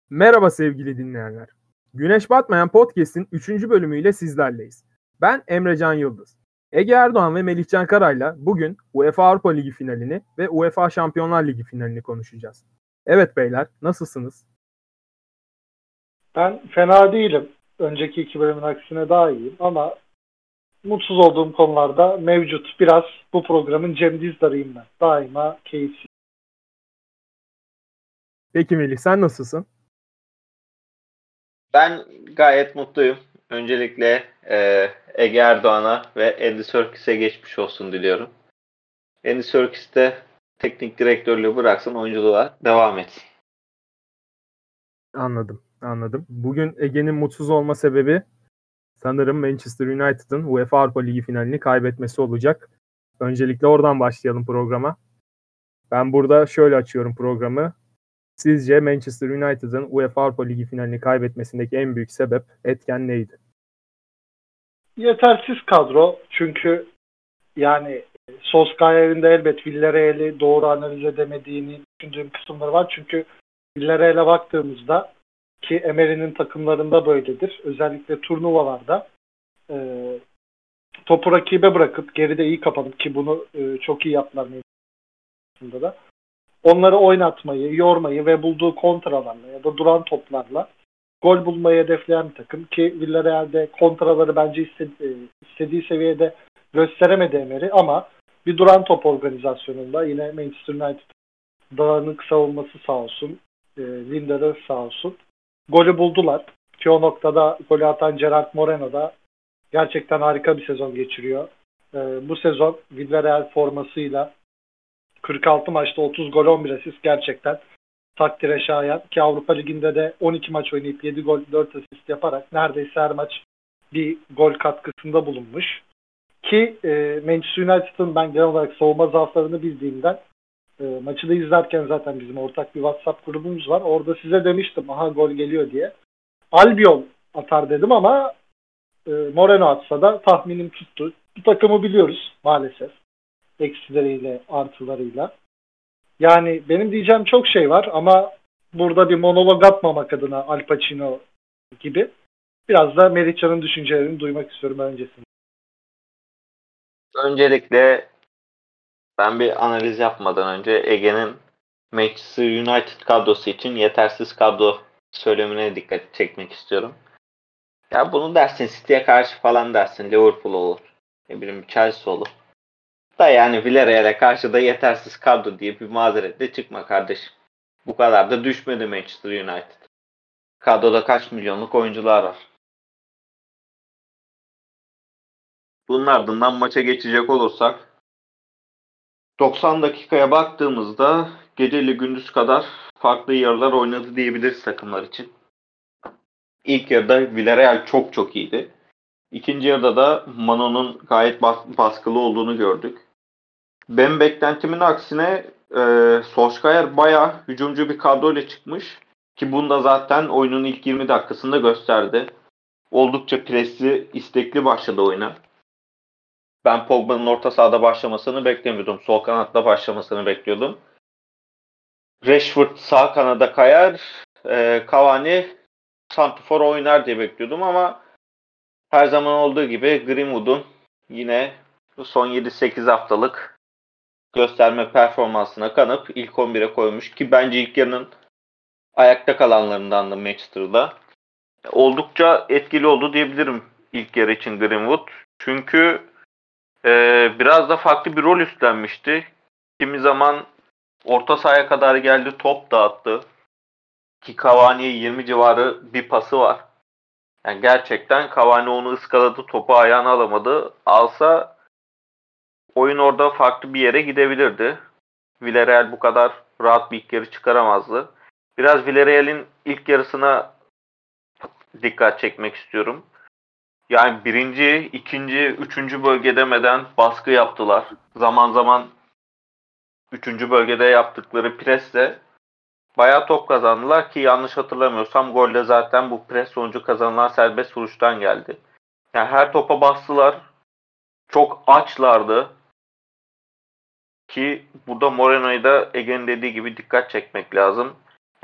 Merhaba sevgili dinleyenler. Güneş Batmayan Podcast'in 3. bölümüyle sizlerleyiz. Ben Emrecan Yıldız. Ege Erdoğan ve Melihcan Karay'la bugün UEFA Avrupa Ligi finalini ve UEFA Şampiyonlar Ligi finalini konuşacağız. Evet beyler, nasılsınız? Ben fena değilim. Önceki iki bölümün aksine daha iyiyim ama mutsuz olduğum konularda mevcut. Biraz bu programın Cem Dizdar'ıyım ben. Daima keyifli. Peki Melih, sen nasılsın? Ben gayet mutluyum. Öncelikle Ege Erdoğan'a ve Andy Serkis'e geçmiş olsun diliyorum. Andy Serkis de teknik direktörlüğü bıraksın, oyunculuğa devam etsin. Anladım. Bugün Ege'nin mutsuz olma sebebi sanırım Manchester United'ın UEFA Avrupa Ligi finalini kaybetmesi olacak. Öncelikle oradan başlayalım programa. Ben burada şöyle açıyorum programı. Sizce Manchester United'ın UEFA Avrupa Ligi finalini kaybetmesindeki en büyük sebep, etken neydi? Yetersiz kadro. Çünkü yani Solskjaer'in de elbet Villarreal'i doğru analiz edemediğini düşündüğüm kısımları var. Çünkü Villarreal'e baktığımızda ki Emery'nin takımlarında böyledir. Özellikle turnuvalarda topu rakibe bırakıp geride iyi kapanıp ki bunu çok iyi yaptılar Manchester'da da. Onları oynatmayı, yormayı ve bulduğu kontralarla ya da duran toplarla gol bulmayı hedefleyen bir takım ki Villarreal'de kontraları bence istediği seviyede gösteremedi Emery ama bir duran top organizasyonunda yine Manchester United dağınık savunması sağ olsun, Lindelof sağ olsun. Golü buldular ki o noktada golü atan Gerard Moreno da gerçekten harika bir sezon geçiriyor. Bu sezon Villarreal formasıyla 46 maçta 30 gol 11 asist gerçekten takdire şayan ki Avrupa Ligi'nde de 12 maç oynayıp 7 gol 4 asist yaparak neredeyse her maç bir gol katkısında bulunmuş. Ki Manchester United'ın ben genel olarak savunma zaaflarını bildiğimden maçı da izlerken zaten bizim ortak bir WhatsApp grubumuz var. Orada size demiştim aha gol geliyor diye. Albiol atar dedim ama Moreno atsa da tahminim tuttu. Bu takımı biliyoruz maalesef. Eksileriyle, artılarıyla. Yani benim diyeceğim çok şey var ama burada bir monolog atmamak adına Al Pacino gibi biraz da Meriçan'ın düşüncelerini duymak istiyorum öncesinde. Öncelikle ben bir analiz yapmadan önce Ege'nin Manchester United kadrosu için yetersiz kadro söylemine dikkat çekmek istiyorum. Ya bunu dersin City'ye karşı falan dersin, Liverpool olur. Ne bileyim Chelsea olur. Da yani Villarreal'e karşı da yetersiz kadro diye bir mazeretle çıkma kardeşim. Bu kadar da düşmedi Manchester United. Kadroda kaç milyonluk oyuncular var. Bunun ardından maça geçecek olursak 90 dakikaya baktığımızda geceyle gündüz kadar farklı yarılar oynadı diyebiliriz takımlar için. İlk yarıda Villarreal çok iyiydi. İkinci yarıda da Mano'nun gayet baskılı olduğunu gördük. Ben beklentimin aksine Solskjaer bayağı hücumcu bir kadroyla çıkmış. Ki bunu da zaten oyunun ilk 20 dakikasında gösterdi. Oldukça presli, istekli başladı oyuna. Ben Pogba'nın orta sahada başlamasını beklemiyordum. Sol kanatta başlamasını bekliyordum. Rashford sağ kanada kayar, Cavani santrfor oynar diye bekliyordum ama her zaman olduğu gibi Greenwood'un yine son 7-8 haftalık gösterme performansına kanıp ilk 11'e koymuş ki bence ilk yarının ayakta kalanlarındandı Manchester'da. Oldukça etkili oldu diyebilirim ilk yarı için Greenwood. Çünkü biraz da farklı bir rol üstlenmişti. Kimi zaman orta sahaya kadar geldi, top dağıttı. Ki Cavani'ye 20 civarı bir pası var. Yani gerçekten Cavani onu ıskaladı, topu ayağına alamadı. Alsa oyun orada farklı bir yere gidebilirdi. Villarreal bu kadar rahat bir ilk yarı çıkaramazdı. Biraz Villarreal'in ilk yarısına dikkat çekmek istiyorum. Yani birinci, ikinci, üçüncü bölge demeden baskı yaptılar. Zaman zaman üçüncü bölgede yaptıkları presle bayağı top kazandılar ki yanlış hatırlamıyorsam gol de zaten bu pres sonucu kazanılan serbest vuruştan geldi. Yani her topa bastılar. Çok açlardı. Ki burada Moreno'yu da Ege'nin dediği gibi dikkat çekmek lazım.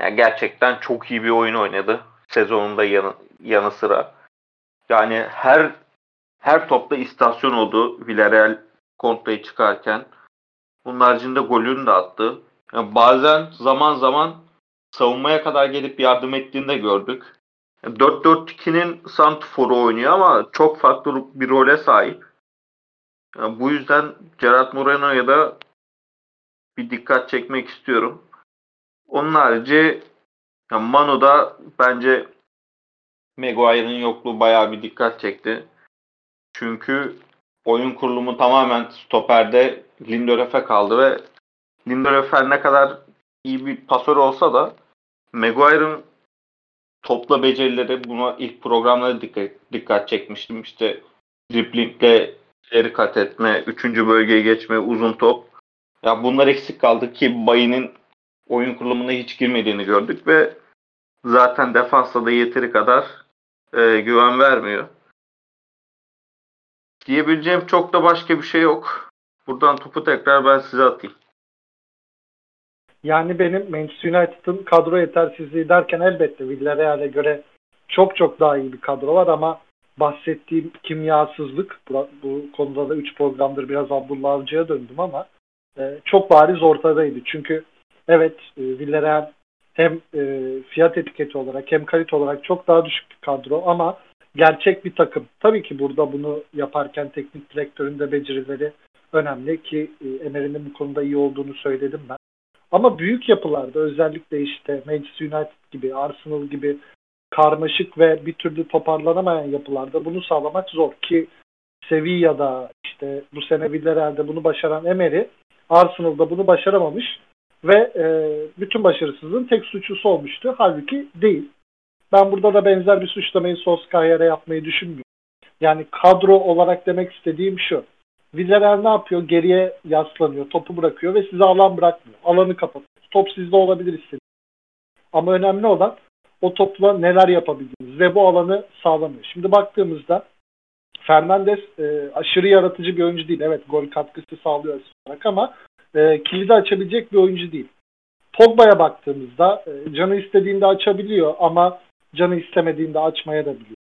Yani gerçekten çok iyi bir oyun oynadı sezonunda yanı sıra. Yani her topta istasyon oldu Villarreal kontrayı çıkarken. Bunun haricinde golünü de attı. Yani bazen zaman zaman savunmaya kadar gelip yardım ettiğini de gördük. 4-4-2'nin santrforu oynuyor ama çok farklı bir role sahip. Yani bu yüzden Gerard Moreno'ya da bir dikkat çekmek istiyorum. Onun harici yani Manu'da bence Maguire'ın yokluğu bayağı bir dikkat çekti. Çünkü oyun kurulumu tamamen stoperde Lindelöf'e kaldı ve Lindelöf her ne kadar iyi bir pasör olsa da Maguire'ın topla becerileri, buna ilk programda dikkat çekmiştim. İşte driblingle ileri kat etme, 3. bölgeye geçme, uzun top. Ya bunlar eksik kaldı ki Bayi'nin oyun kurulumuna hiç girmediğini gördük ve zaten defansta da yeteri kadar güven vermiyor. Diyebileceğim çok da başka bir şey yok. Buradan topu tekrar ben size atayım. Yani benim Manchester United'ın kadro yetersizliği derken elbette Villarreal'e göre çok çok daha iyi bir kadro var ama bahsettiğim kimyasızlık, bu konuda da 3 programdır biraz Abdullah Avcı'ya döndüm ama çok bariz ortadaydı. Çünkü evet, Villarreal hem fiyat etiketi olarak hem kalite olarak çok daha düşük bir kadro ama gerçek bir takım. Tabii ki burada bunu yaparken teknik direktörün de becerileri önemli ki Emery'nin bu konuda iyi olduğunu söyledim ben. Ama büyük yapılarda özellikle işte Manchester United gibi, Arsenal gibi karmaşık ve bir türlü toparlanamayan yapılarda bunu sağlamak zor ki Sevilla'da işte bu sene Villarreal'de bunu başaran Emery, Arsenal'da bunu başaramamış ve bütün başarısızlığın tek suçlusu olmuştu. Halbuki değil. Ben burada da benzer bir suçlamayı Solskjaer'e yapmayı düşünmüyorum. Yani kadro olarak demek istediğim şu. Villarreal ne yapıyor? Geriye yaslanıyor, topu bırakıyor ve size alan bırakmıyor. Alanı kapatıyor. Top sizde olabilir istediğiniz. Ama önemli olan o topla neler yapabildiğiniz ve bu alanı sağlamıyor. Şimdi baktığımızda Fernandes aşırı yaratıcı bir oyuncu değil. Evet, gol katkısı sağlıyor olarak ama kilidi açabilecek bir oyuncu değil. Pogba'ya baktığımızda canı istediğinde açabiliyor ama canı istemediğinde açmaya da biliyor.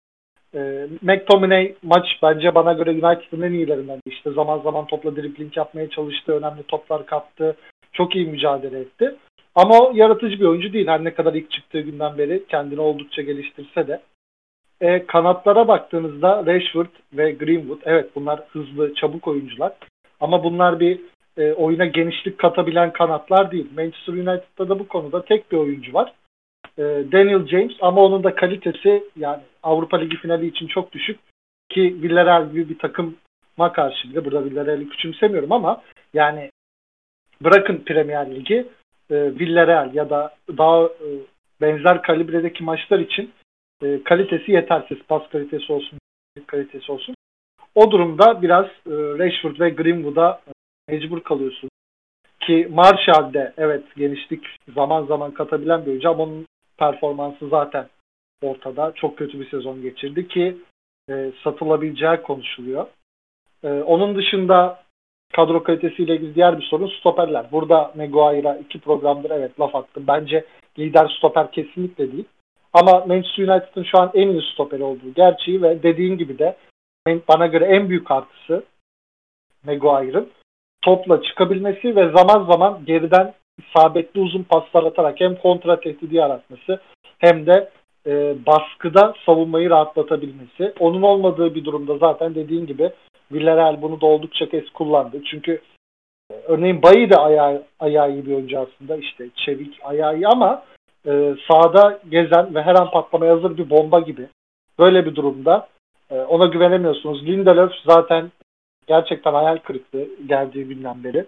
McTominay maç bence bana göre United'ın en iyilerinden. İşte zaman zaman topla dribbling yapmaya çalıştı. Önemli toplar kaptı. Çok iyi mücadele etti. Ama o yaratıcı bir oyuncu değil. Her ne kadar ilk çıktığı günden beri kendini oldukça geliştirse de. Kanatlara baktığınızda Rashford ve Greenwood, evet bunlar hızlı, çabuk oyuncular. Ama bunlar bir oyuna genişlik katabilen kanatlar değil. Manchester United'da da bu konuda tek bir oyuncu var. Daniel James ama onun da kalitesi yani Avrupa Ligi finali için çok düşük ki Villarreal gibi bir takıma karşı bile, burada Villarreal'i küçümsemiyorum ama yani bırakın Premier Ligi, Villarreal ya da daha benzer kalibredeki maçlar için kalitesi yetersiz. Pas kalitesi olsun. O durumda biraz Rashford ve Greenwood'a mecbur kalıyorsun. Ki Martial'de evet genişlik zaman zaman katabilen bir oyuncu ama onun performansı zaten ortada. Çok kötü bir sezon geçirdi ki satılabileceği konuşuluyor. Onun dışında kadro kalitesiyle ilgili diğer bir sorun stoperler. Burada Maguire'a 2 programdır evet laf attım. Bence lider stoper kesinlikle değil. Ama Manchester United'ın şu an en iyi stoperi olduğu gerçeği ve dediğin gibi de bana göre en büyük artısı Maguire'ın topla çıkabilmesi ve zaman zaman geriden isabetli uzun paslar atarak hem kontra tehdidi yaratması hem de baskıda savunmayı rahatlatabilmesi. Onun olmadığı bir durumda zaten dediğin gibi Villarreal bunu da oldukça kez kullandı. Çünkü örneğin Bayi de ayağı iyi bir oyuncu aslında. İşte çevik, ayağı iyi ama sahada gezen ve her an patlamaya hazır bir bomba gibi. Böyle bir durumda ona güvenemiyorsunuz. Lindelöf zaten gerçekten hayal kırıklığı geldiği günden beri.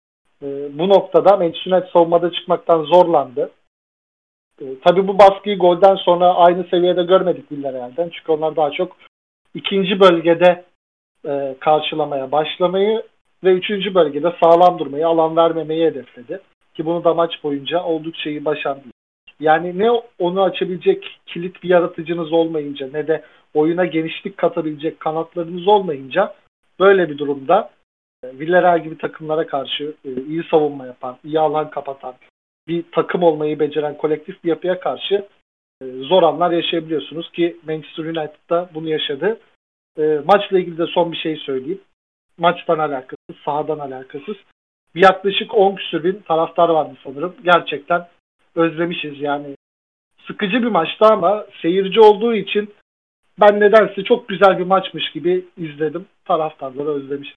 Bu noktada Manchester United savunmada çıkmaktan zorlandı. Tabii bu baskıyı golden sonra aynı seviyede görmedik Villarreal'den. Çünkü onlar daha çok ikinci bölgede karşılamaya başlamayı ve üçüncü bölgede sağlam durmayı, alan vermemeyi hedefledi. Ki bunu da maç boyunca oldukça iyi başardı. Yani ne onu açabilecek kilit bir yaratıcınız olmayınca ne de oyuna genişlik katabilecek kanatlarınız olmayınca böyle bir durumda Villarreal gibi takımlara karşı iyi savunma yapan, iyi alan kapatan, bir takım olmayı beceren kolektif bir yapıya karşı zor anlar yaşayabiliyorsunuz ki Manchester United'da bunu yaşadı. Maçla ilgili de son bir şey söyleyeyim. Maçtan alakasız, sahadan alakasız. Bir yaklaşık 10 küsur bin taraftar vardı sanırım. Gerçekten özlemişiz yani. Sıkıcı bir maçtı ama seyirci olduğu için ben nedense çok güzel bir maçmış gibi izledim. Taraftarları özlemişim.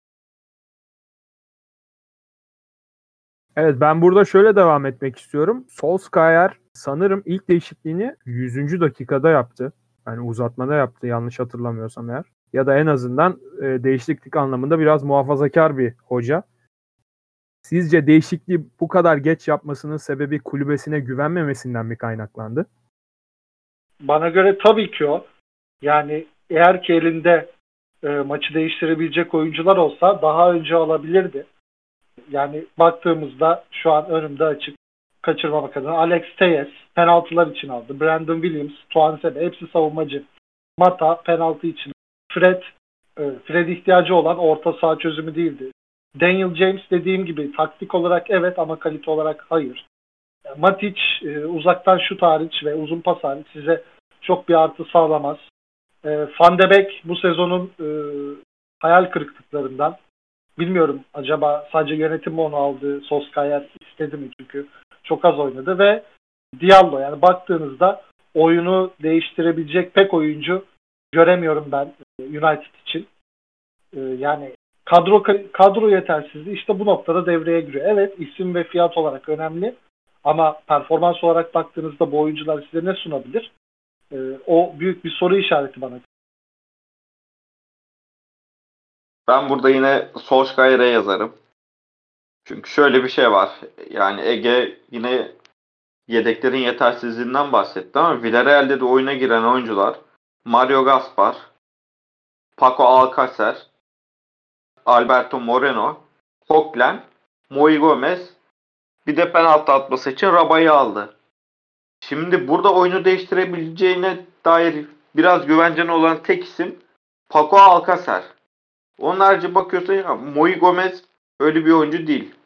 Evet, ben burada şöyle devam etmek istiyorum. Solskjaer sanırım ilk değişikliğini 100. dakikada yaptı. Yani uzatmada yaptı yanlış hatırlamıyorsam eğer. Ya da en azından değişiklik anlamında biraz muhafazakar bir hoca. Sizce değişikliği bu kadar geç yapmasının sebebi kulübesine güvenmemesinden mi kaynaklandı? Bana göre tabii ki o. Yani eğer ki elinde maçı değiştirebilecek oyuncular olsa daha önce alabilirdi. Yani baktığımızda şu an önümde açık kaçırmamak adına Alex Telles penaltılar için aldı. Brandon Williams, Tuanzebe hepsi savunmacı. Mata penaltı için. Fred ihtiyacı olan orta saha çözümü değildi. Daniel James dediğim gibi taktik olarak evet ama kalite olarak hayır. Matic uzaktan şut hariç ve uzun pas hariç size çok bir artı sağlamaz. Van de Beek bu sezonun hayal kırıklıklarından. Bilmiyorum acaba sadece yönetim mi onu aldı, Solskjaer istedi mi çünkü çok az oynadı ve Diallo yani baktığınızda oyunu değiştirebilecek pek oyuncu göremiyorum ben United için. Yani kadro yetersizliği işte bu noktada devreye giriyor. Evet isim ve fiyat olarak önemli ama performans olarak baktığınızda bu oyuncular size ne sunabilir? O büyük bir soru işareti bana. Ben burada yine Solskjaer'e yazarım. Çünkü şöyle bir şey var. Yani Ege yine yedeklerin yetersizliğinden bahsetti ama Villarreal'de de oyuna giren oyuncular Mario Gaspar, Paco Alcácer, Alberto Moreno, Coquelin, Moi Gomez bir de penaltı atması için Raba'yı aldı. Şimdi burada oyunu değiştirebileceğine dair biraz güvencen olan tek isim Paco Alcácer. Onun harici bakıyorsun ya Moi Gomez öyle bir oyuncu değil.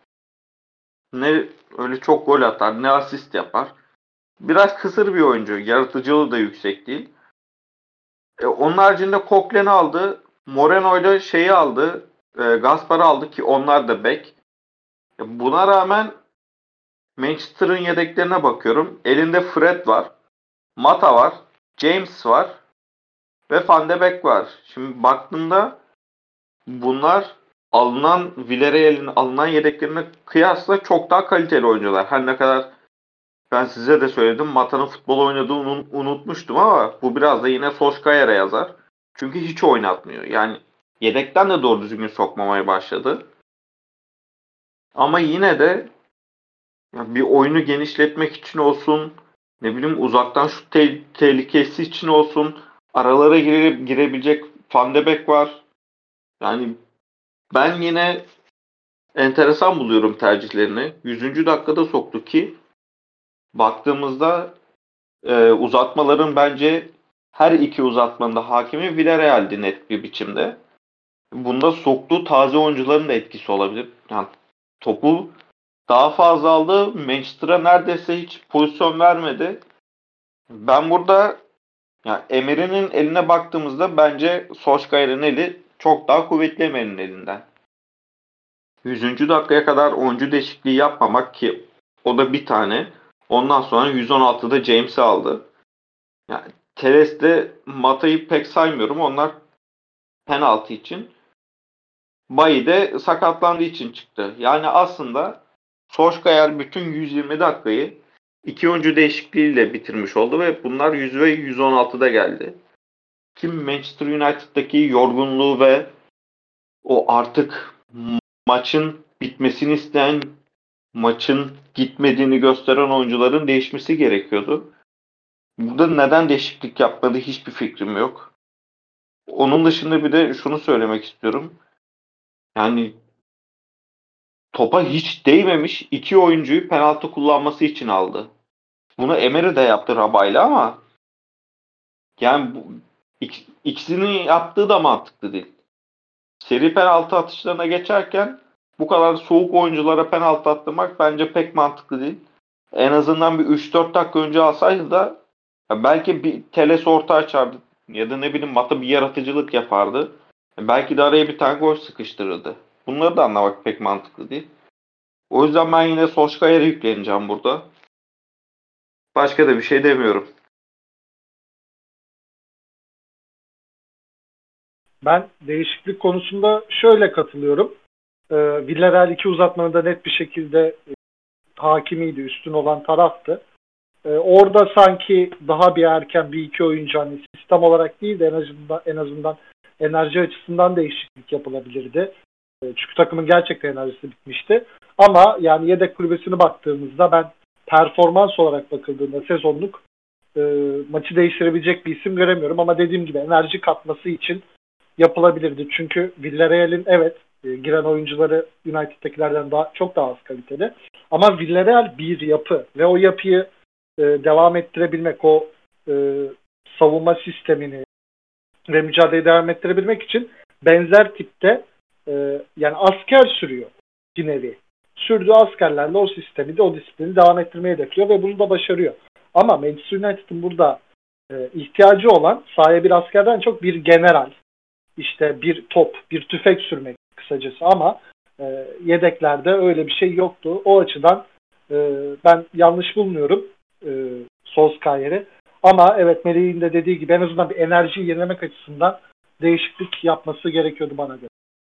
Ne öyle çok gol atar ne asist yapar. Biraz kısır bir oyuncu. Yaratıcılığı da yüksek değil. Onun haricinde Coquelin'i aldı. Moreno ile şeyi aldı. Gaspar'ı aldı ki onlar da bek. Buna rağmen Manchester'ın yedeklerine bakıyorum. Elinde Fred var. Mata var. James var. Ve Van de Beek var. Şimdi baktığımda bunlar Villarreal'in alınan yedeklerine kıyasla çok daha kaliteli oyuncular. Her ne kadar ben size de söyledim Mata'nın futbol oynadığını unutmuştum ama bu biraz da yine Solskjaer'e yazar. Çünkü hiç oynatmıyor. Yani yedekten de doğru düzgün sokmamaya başladı. Ama yine de bir oyunu genişletmek için olsun, ne bileyim uzaktan şut tehlikesi için olsun, aralara girebilecek Van de Beek var. Yani ben yine enteresan buluyorum tercihlerini. 100. dakikada soktu ki baktığımızda uzatmaların bence her iki uzatmanın da hakimi Villarreal'di net bir biçimde. Bunda soktuğu taze oyuncuların da etkisi olabilir. Yani topu daha fazla aldı. Manchester'a neredeyse hiç pozisyon vermedi. Ben burada yani Emery'nin eline baktığımızda bence Solskjaer'in eli çok daha kuvvetli Emery'nin elinden. 100. dakikaya kadar oyuncu değişikliği yapmamak ki o da bir tane. Ondan sonra 116'da James'i aldı. Yani Teres'le Mata'yı pek saymıyorum. Onlar penaltı için. Bayi de sakatlandığı için çıktı. Yani aslında Solskjaer bütün 120 dakikayı iki oyuncu değişikliğiyle bitirmiş oldu ve bunlar 100 ve 116'da geldi. Kim Manchester United'daki yorgunluğu ve o artık maçın bitmesini isteyen, maçın gitmediğini gösteren oyuncuların değişmesi gerekiyordu. Burada neden değişiklik yapmadı hiçbir fikrim yok. Onun dışında bir de şunu söylemek istiyorum. Yani topa hiç değmemiş iki oyuncuyu penaltı kullanması için aldı. Bunu Emery de yaptı Raba'yla ama yani ikisinin yaptığı da mantıklı değil. Seri penaltı atışlarına geçerken bu kadar soğuk oyunculara penaltı attırmak bence pek mantıklı değil. En azından bir 3-4 dakika önce alsaydı da belki bir Teles orta açardı. Ya da ne bileyim Mata bir yaratıcılık yapardı. Belki de araya bir tane gol sıkıştırırdı. Bunları da anlamak pek mantıklı değil. O yüzden ben yine Solskjaer'e yükleneceğim burada. Başka da bir şey demiyorum. Ben değişiklik konusunda şöyle katılıyorum. Villarreal 2 uzatmanında net bir şekilde hakimiydi, üstün olan taraftı. Orada sanki daha bir erken bir iki oyuncu hani sistem olarak değil de en azından enerji açısından değişiklik yapılabilirdi. Çünkü takımın gerçekten enerjisi bitmişti. Ama yani yedek kulübesine baktığımızda ben performans olarak bakıldığında sezonluk maçı değiştirebilecek bir isim göremiyorum. Ama dediğim gibi enerji katması için yapılabilirdi. Çünkü Villarreal'in evet giren oyuncuları United'dakilerden çok daha az kaliteli. Ama Villarreal bir yapı ve o yapıyı devam ettirebilmek, o savunma sistemini ve mücadeleyi devam ettirebilmek için benzer tipte yani asker sürüyor bir nevi. Sürdüğü askerlerle o sistemi de o disiplini devam ettirmeyi hedefliyor ve bunu da başarıyor. Ama Manchester United'ın burada ihtiyacı olan sahaya bir askerden çok bir general, işte bir top, bir tüfek sürmek kısacası ama yedeklerde öyle bir şey yoktu. O açıdan ben yanlış bulmuyorum Solskjaer'i. Ama evet Melih'in de dediği gibi en azından bir enerjiyi yenilemek açısından değişiklik yapması gerekiyordu bana göre.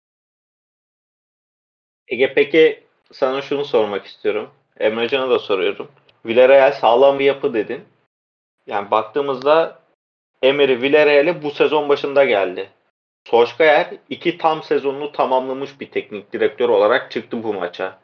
Ege peki sana şunu sormak istiyorum. Emrecan'a da soruyorum. Villarreal sağlam bir yapı dedin. Yani baktığımızda Emery Villarreal'e bu sezon başında geldi. Solskjaer 2 tam sezonunu tamamlamış bir teknik direktör olarak çıktı bu maça.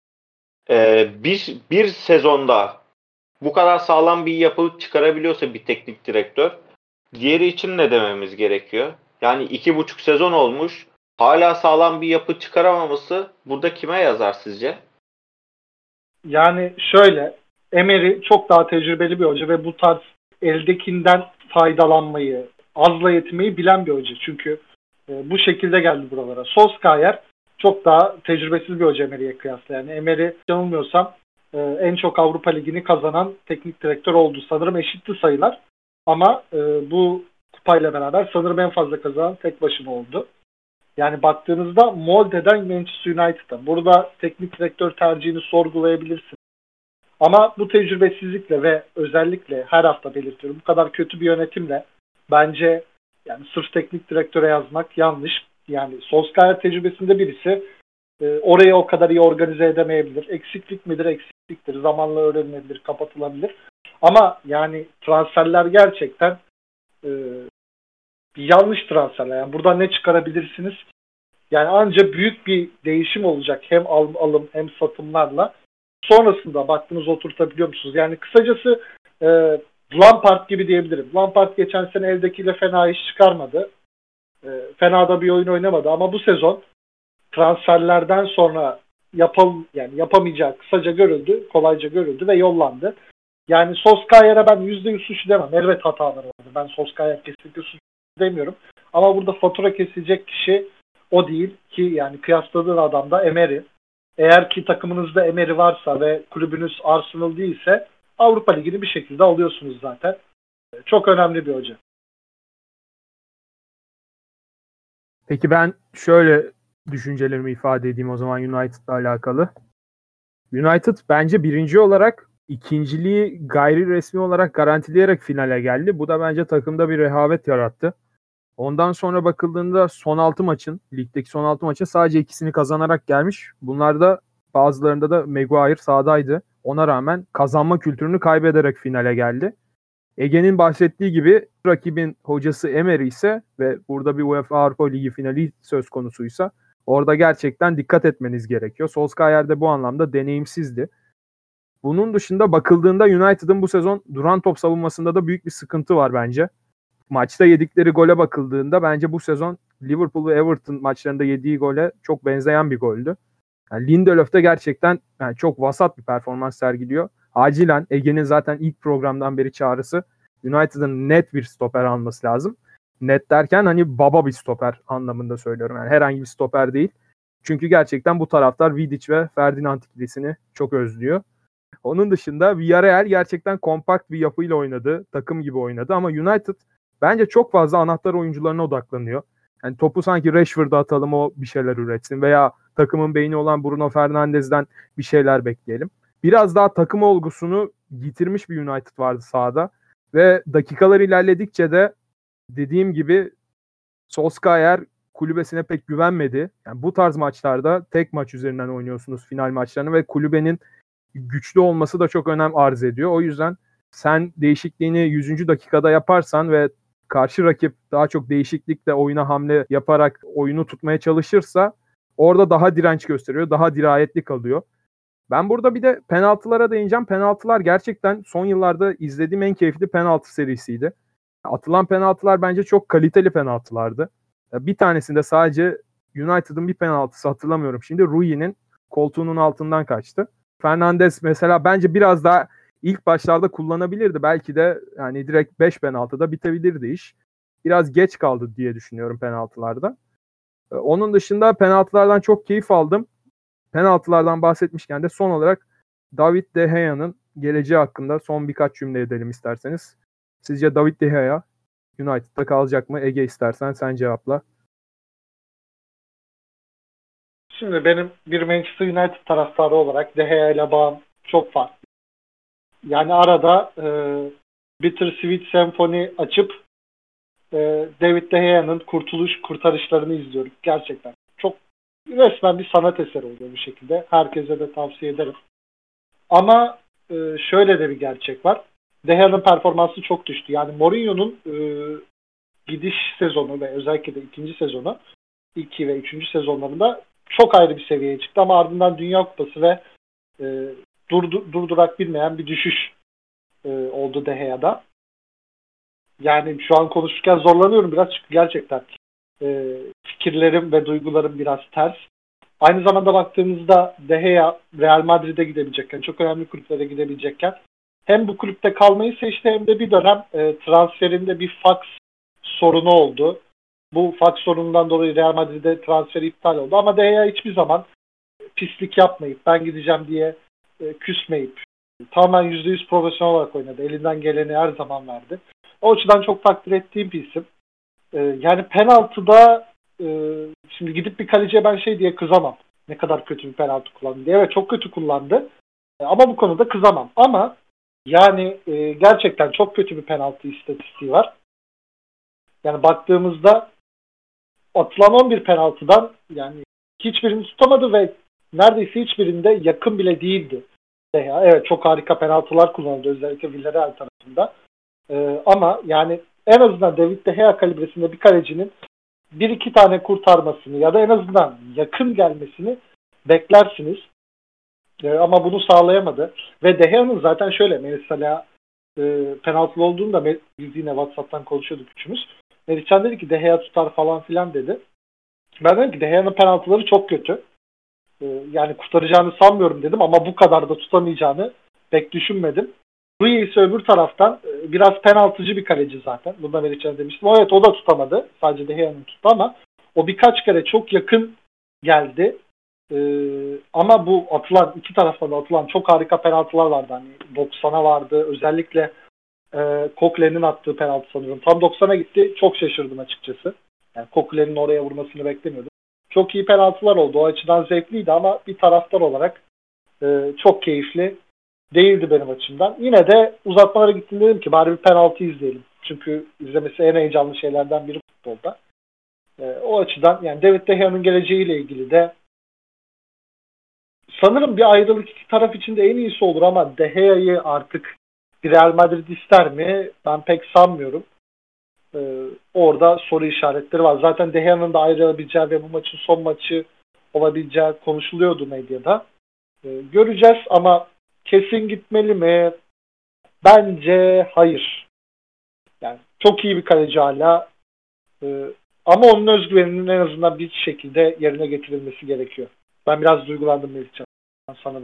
Bir sezonda bu kadar sağlam bir yapı çıkarabiliyorsa bir teknik direktör, diğeri için ne dememiz gerekiyor? Yani 2,5 sezon olmuş, hala sağlam bir yapı çıkaramaması burada kime yazar sizce? Yani şöyle, Emery çok daha tecrübeli bir hoca ve bu tarz eldekinden faydalanmayı, azla yetinmeyi bilen bir hoca. Çünkü bu şekilde geldi buralara. Solskjaer çok daha tecrübesiz bir hoca Emery'e kıyasla. Yani Emery yanılmıyorsam en çok Avrupa Ligi'ni kazanan teknik direktör oldu. Sanırım eşitti sayılar. Ama bu kupayla beraber sanırım en fazla kazanan tek başına oldu. Yani baktığınızda Molde'den Manchester United'a. Burada teknik direktör tercihini sorgulayabilirsin. Ama bu tecrübesizlikle ve özellikle her hafta belirtiyorum bu kadar kötü bir yönetimle bence yani sırf teknik direktöre yazmak yanlış. Yani Solskjaer tecrübesinde birisi orayı o kadar iyi organize edemeyebilir. Eksiklik midir? Eksikliktir. Zamanla öğrenilebilir, kapatılabilir. Ama yani transferler gerçekten yanlış transferler. Yani buradan ne çıkarabilirsiniz? Yani ancak büyük bir değişim olacak hem alım hem satımlarla. Sonrasında baktınız oturtabiliyor musunuz? Yani kısacası Lampard gibi diyebilirim. Lampard geçen sene eldekiyle fena iş çıkarmadı. Fena da bir oyun oynamadı ama bu sezon transferlerden sonra yapamayacağı kısaca görüldü, kolayca görüldü ve yollandı. Yani Solskjaer'e ben %100 suç demem. Elbet hataları vardı. Ben Solskjaer kesinlikle suç demiyorum. Ama burada fatura kesilecek kişi o değil ki yani kıyasladığın adam da Emery. Eğer ki takımınızda Emery varsa ve kulübünüz Arsenal değilse Avrupa Ligi'ni bir şekilde alıyorsunuz zaten. Çok önemli bir hoca. Peki ben şöyle düşüncelerimi ifade edeyim o zaman United'la alakalı. United bence birinci olarak ikinciliği gayri resmi olarak garantileyerek finale geldi. Bu da bence takımda bir rehavet yarattı. Ondan sonra bakıldığında ligdeki son 6 maçın sadece ikisini kazanarak gelmiş. Bunlarda bazılarında da Maguire sahadaydı. Ona rağmen kazanma kültürünü kaybederek finale geldi. Ege'nin bahsettiği gibi rakibin hocası Emery ise ve burada bir UEFA Avrupa Ligi finali söz konusuysa orada gerçekten dikkat etmeniz gerekiyor. Solskjaer de bu anlamda deneyimsizdi. Bunun dışında bakıldığında United'ın bu sezon duran top savunmasında da büyük bir sıkıntı var bence. Maçta yedikleri gole bakıldığında bence bu sezon Liverpool ve Everton maçlarında yediği gole çok benzeyen bir goldü. Yani Lindelöf de gerçekten çok vasat bir performans sergiliyor. Acilen Ege'nin zaten ilk programdan beri çağrısı United'ın net bir stoper alması lazım. Net derken hani baba bir stoper anlamında söylüyorum. Yani herhangi bir stoper değil. Çünkü gerçekten bu taraftar Vidic ve Ferdinand ikilisini çok özlüyor. Onun dışında Villarreal gerçekten kompakt bir yapıyla oynadı. Takım gibi oynadı ama United bence çok fazla anahtar oyuncularına odaklanıyor. Yani topu sanki Rashford'a atalım, o bir şeyler üretsin veya takımın beyni olan Bruno Fernandes'den bir şeyler bekleyelim. Biraz daha takım olgusunu yitirmiş bir United vardı sahada ve dakikalar ilerledikçe de dediğim gibi Solskjaer kulübesine pek güvenmedi. Yani bu tarz maçlarda tek maç üzerinden oynuyorsunuz final maçlarını ve kulübenin güçlü olması da çok önem arz ediyor. O yüzden sen değişikliğini 100. dakikada yaparsan ve karşı rakip daha çok değişiklikle oyuna hamle yaparak oyunu tutmaya çalışırsa orada daha direnç gösteriyor, daha dirayetli kalıyor. Ben burada bir de penaltılara değineceğim. Penaltılar gerçekten son yıllarda izlediğim en keyifli penaltı serisiydi. Atılan penaltılar bence çok kaliteli penaltılardı. Bir tanesinde sadece United'ın bir penaltısı, hatırlamıyorum şimdi, Rui'nin koltuğunun altından kaçtı. Fernandes mesela bence biraz daha ilk başlarda kullanabilirdi. Belki de yani direkt 5 penaltıda bitebilirdi iş. Biraz geç kaldı diye düşünüyorum penaltılarda. Onun dışında penaltılardan çok keyif aldım. Penaltılardan bahsetmişken de son olarak David De Gea'nın geleceği hakkında son birkaç cümle edelim isterseniz. Sizce David De Gea United'da kalacak mı? Ege, istersen sen cevapla. Şimdi benim bir Manchester United taraftarı olarak De Gea ile bağım çok farklı. Yani arada Bitter Sweet Symphony açıp David De Gea'nın kurtarışlarını izliyorum. Gerçekten. Çok resmen bir sanat eseri oluyor bu şekilde. Herkese de tavsiye ederim. Ama şöyle de bir gerçek var. De Gea'nın performansı çok düştü. Yani Mourinho'nun gidiş sezonu ve özellikle de ikinci sezonu, 2 ve 3. sezonlarında çok ayrı bir seviyeye çıktı ama ardından Dünya Kupası ve durdurak bilmeyen bir düşüş oldu De Gea'da. Yani şu an konuşurken zorlanıyorum biraz çünkü gerçekten fikirlerim ve duygularım biraz ters. Aynı zamanda baktığımızda De Gea Real Madrid'e gidebilecekken, çok önemli kulüplere gidebilecekken hem bu kulüpte kalmayı seçti hem de bir dönem transferinde bir fax sorunu oldu. Bu fax sorunundan dolayı Real Madrid'de transferi iptal oldu. Ama De Gea hiçbir zaman pislik yapmayıp ben gideceğim diye küsmeyip tamamen %100 profesyonel olarak oynadı. Elinden geleni her zaman verdi. O açıdan çok takdir ettiğim bir isim. Yani penaltıda şimdi gidip bir kaleciye ben şey diye kızamam. Ne kadar kötü bir penaltı kullandı diye. Evet, çok kötü kullandı. Ama bu konuda kızamam. Ama yani gerçekten çok kötü bir penaltı istatistiği var. Yani baktığımızda atılan 11 penaltıdan yani hiçbirini tutamadı ve neredeyse hiçbirinde yakın bile değildi. Evet, çok harika penaltılar kullanıldı özellikle Villarreal tarafında. Ama yani en azından David De Gea kalibresinde bir kalecinin 1-2 tane kurtarmasını ya da en azından yakın gelmesini beklersiniz. Ama bunu sağlayamadı. Ve De Gea'nın zaten şöyle mesela penaltılı olduğunda biz yine WhatsApp'tan konuşuyorduk üçümüz. Melihcan dedi ki De Gea tutar falan filan dedi. Ben dedim ki De Gea'nın penaltıları çok kötü. Yani kurtaracağını sanmıyorum dedim ama bu kadar da tutamayacağını pek düşünmedim. Rui ise öbür taraftan biraz penaltıcı bir kaleci zaten. Bunda Melihcan demiştim. Evet, o da tutamadı. Sadece De Gea'nın tuttu ama o birkaç kere çok yakın geldi. Ama bu atılan, iki taraftan da atılan çok harika penaltılar vardı. Hani 90'a vardı. Özellikle Coquelin'in attığı penaltı sanıyorum. Tam 90'a gitti. Çok şaşırdım açıkçası. Yani Coquelin'in oraya vurmasını beklemiyordum. Çok iyi penaltılar oldu. O açıdan zevkliydi ama bir taraftar olarak çok keyifli değildi benim açımdan. Yine de uzatmalara gittim, dedim ki bari bir penaltı izleyelim. Çünkü izlemesi en heyecanlı şeylerden biri futbolda. O açıdan yani David De Gea'nın geleceğiyle ilgili de sanırım bir ayrılık iki taraf için de en iyisi olur ama De Gea'yı artık bir Real Madrid ister mi? Ben pek sanmıyorum. Orada soru işaretleri var. Zaten De Gea'nın da ayrılabileceği ve bu maçın son maçı olabileceği konuşuluyordu medyada. Göreceğiz ama kesin gitmeli mi? Bence hayır. Yani çok iyi bir kaleci hala. Ama onun özgüveninin en azından bir şekilde yerine getirilmesi gerekiyor. Ben biraz duygulandım Melihcan. Sana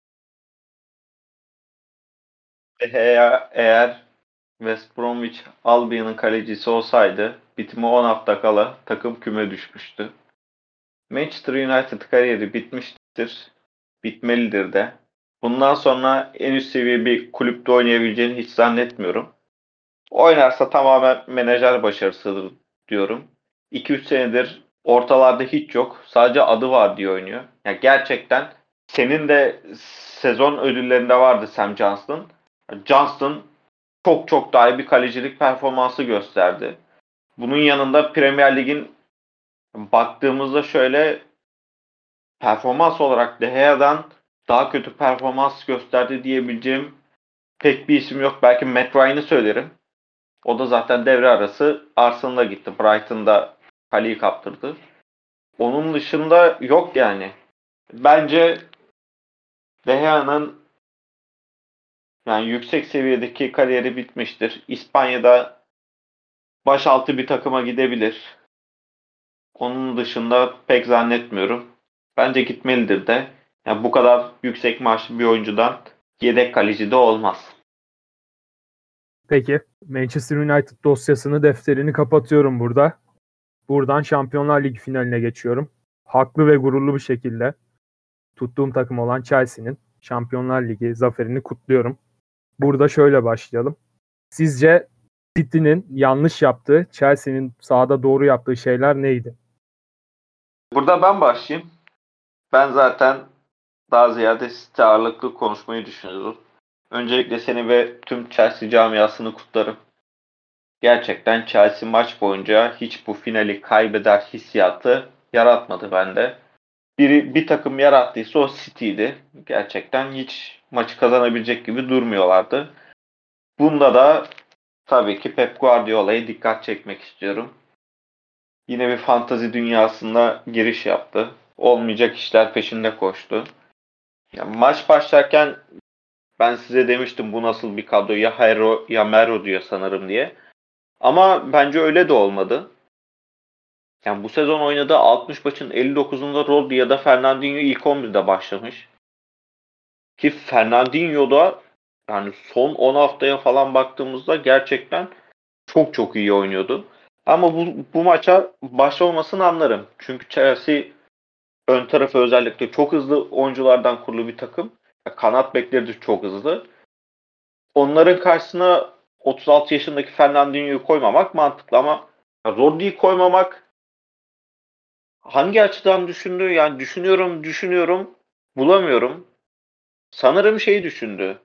Eğer West Bromwich Albion'un kalecisi olsaydı bitime 10 hafta kala takım küme düşmüştü. Manchester United kariyeri bitmiştir. Bitmelidir de. bundan sonra en üst seviye bir kulüpte oynayabileceğini hiç zannetmiyorum. Oynarsa tamamen menajer başarısıdır diyorum. 2-3 senedir ortalarda hiç yok. Sadece adı var diye oynuyor. Yani gerçekten senin de sezon ödüllerinde vardı Sam Johnston. Johnston çok çok daha iyi bir kalecilik performansı gösterdi. Bunun yanında Premier Lig'in baktığımızda şöyle performans olarak De Gea'dan daha kötü performans gösterdi diyebileceğim pek bir isim yok. Belki Matt Ryan'ı söylerim. O da zaten devre arası Arsenal'a gitti. Brighton'da kaleyi kaptırdı. Onun dışında yok yani. Bence De Gea'nın yani yüksek seviyedeki kariyeri bitmiştir. İspanya'da başaltı bir takıma gidebilir. Onun dışında pek zannetmiyorum. Bence gitmelidir de. Yani bu kadar yüksek maaşlı bir oyuncudan yedek kaleci de olmaz. Peki. Manchester United dosyasını, defterini kapatıyorum burada. Buradan Şampiyonlar Ligi finaline geçiyorum. Haklı ve gururlu bir şekilde tuttuğum takım olan Chelsea'nin Şampiyonlar Ligi zaferini kutluyorum. Burada şöyle başlayalım. Sizce City'nin yanlış yaptığı, Chelsea'nin sahada doğru yaptığı şeyler neydi? Burada ben başlayayım. Ben zaten daha ziyade City ağırlıklı konuşmayı düşünüyorum. Öncelikle seni ve tüm Chelsea camiasını kutlarım. Gerçekten Chelsea maç boyunca hiç bu finali kaybeder hissiyatı yaratmadı bende. Bir takım yarattıysa o City'ydi. Gerçekten hiç maçı kazanabilecek gibi durmuyorlardı. Bunda da tabii ki Pep Guardiola'ya dikkat çekmek istiyorum. Yine bir fantazi dünyasında giriş yaptı. Olmayacak işler peşinde koştu. Ya maç başlarken ben size demiştim bu nasıl bir kadro, ya Hero ya Mero diyor sanırım diye. Ama bence öyle de olmadı. Yani bu sezon oynadığı 60 maçın 59'unda Rodri ya da Fernandinho ilk 11'de başlamış. Ki Fernandinho da yani son 10 haftaya falan baktığımızda gerçekten çok çok iyi oynuyordu. Ama bu maça başlamamasını anlarım. Çünkü Chelsea ön tarafı özellikle çok hızlı oyunculardan kurulu bir takım. Kanat bekleri de çok hızlı. Onların karşısına 36 yaşındaki Fernandinho'yu koymamak mantıklı ama Rodri'yi koymamak hangi açıdan düşündü? Yani düşünüyorum, bulamıyorum. Sanırım şeyi düşündü.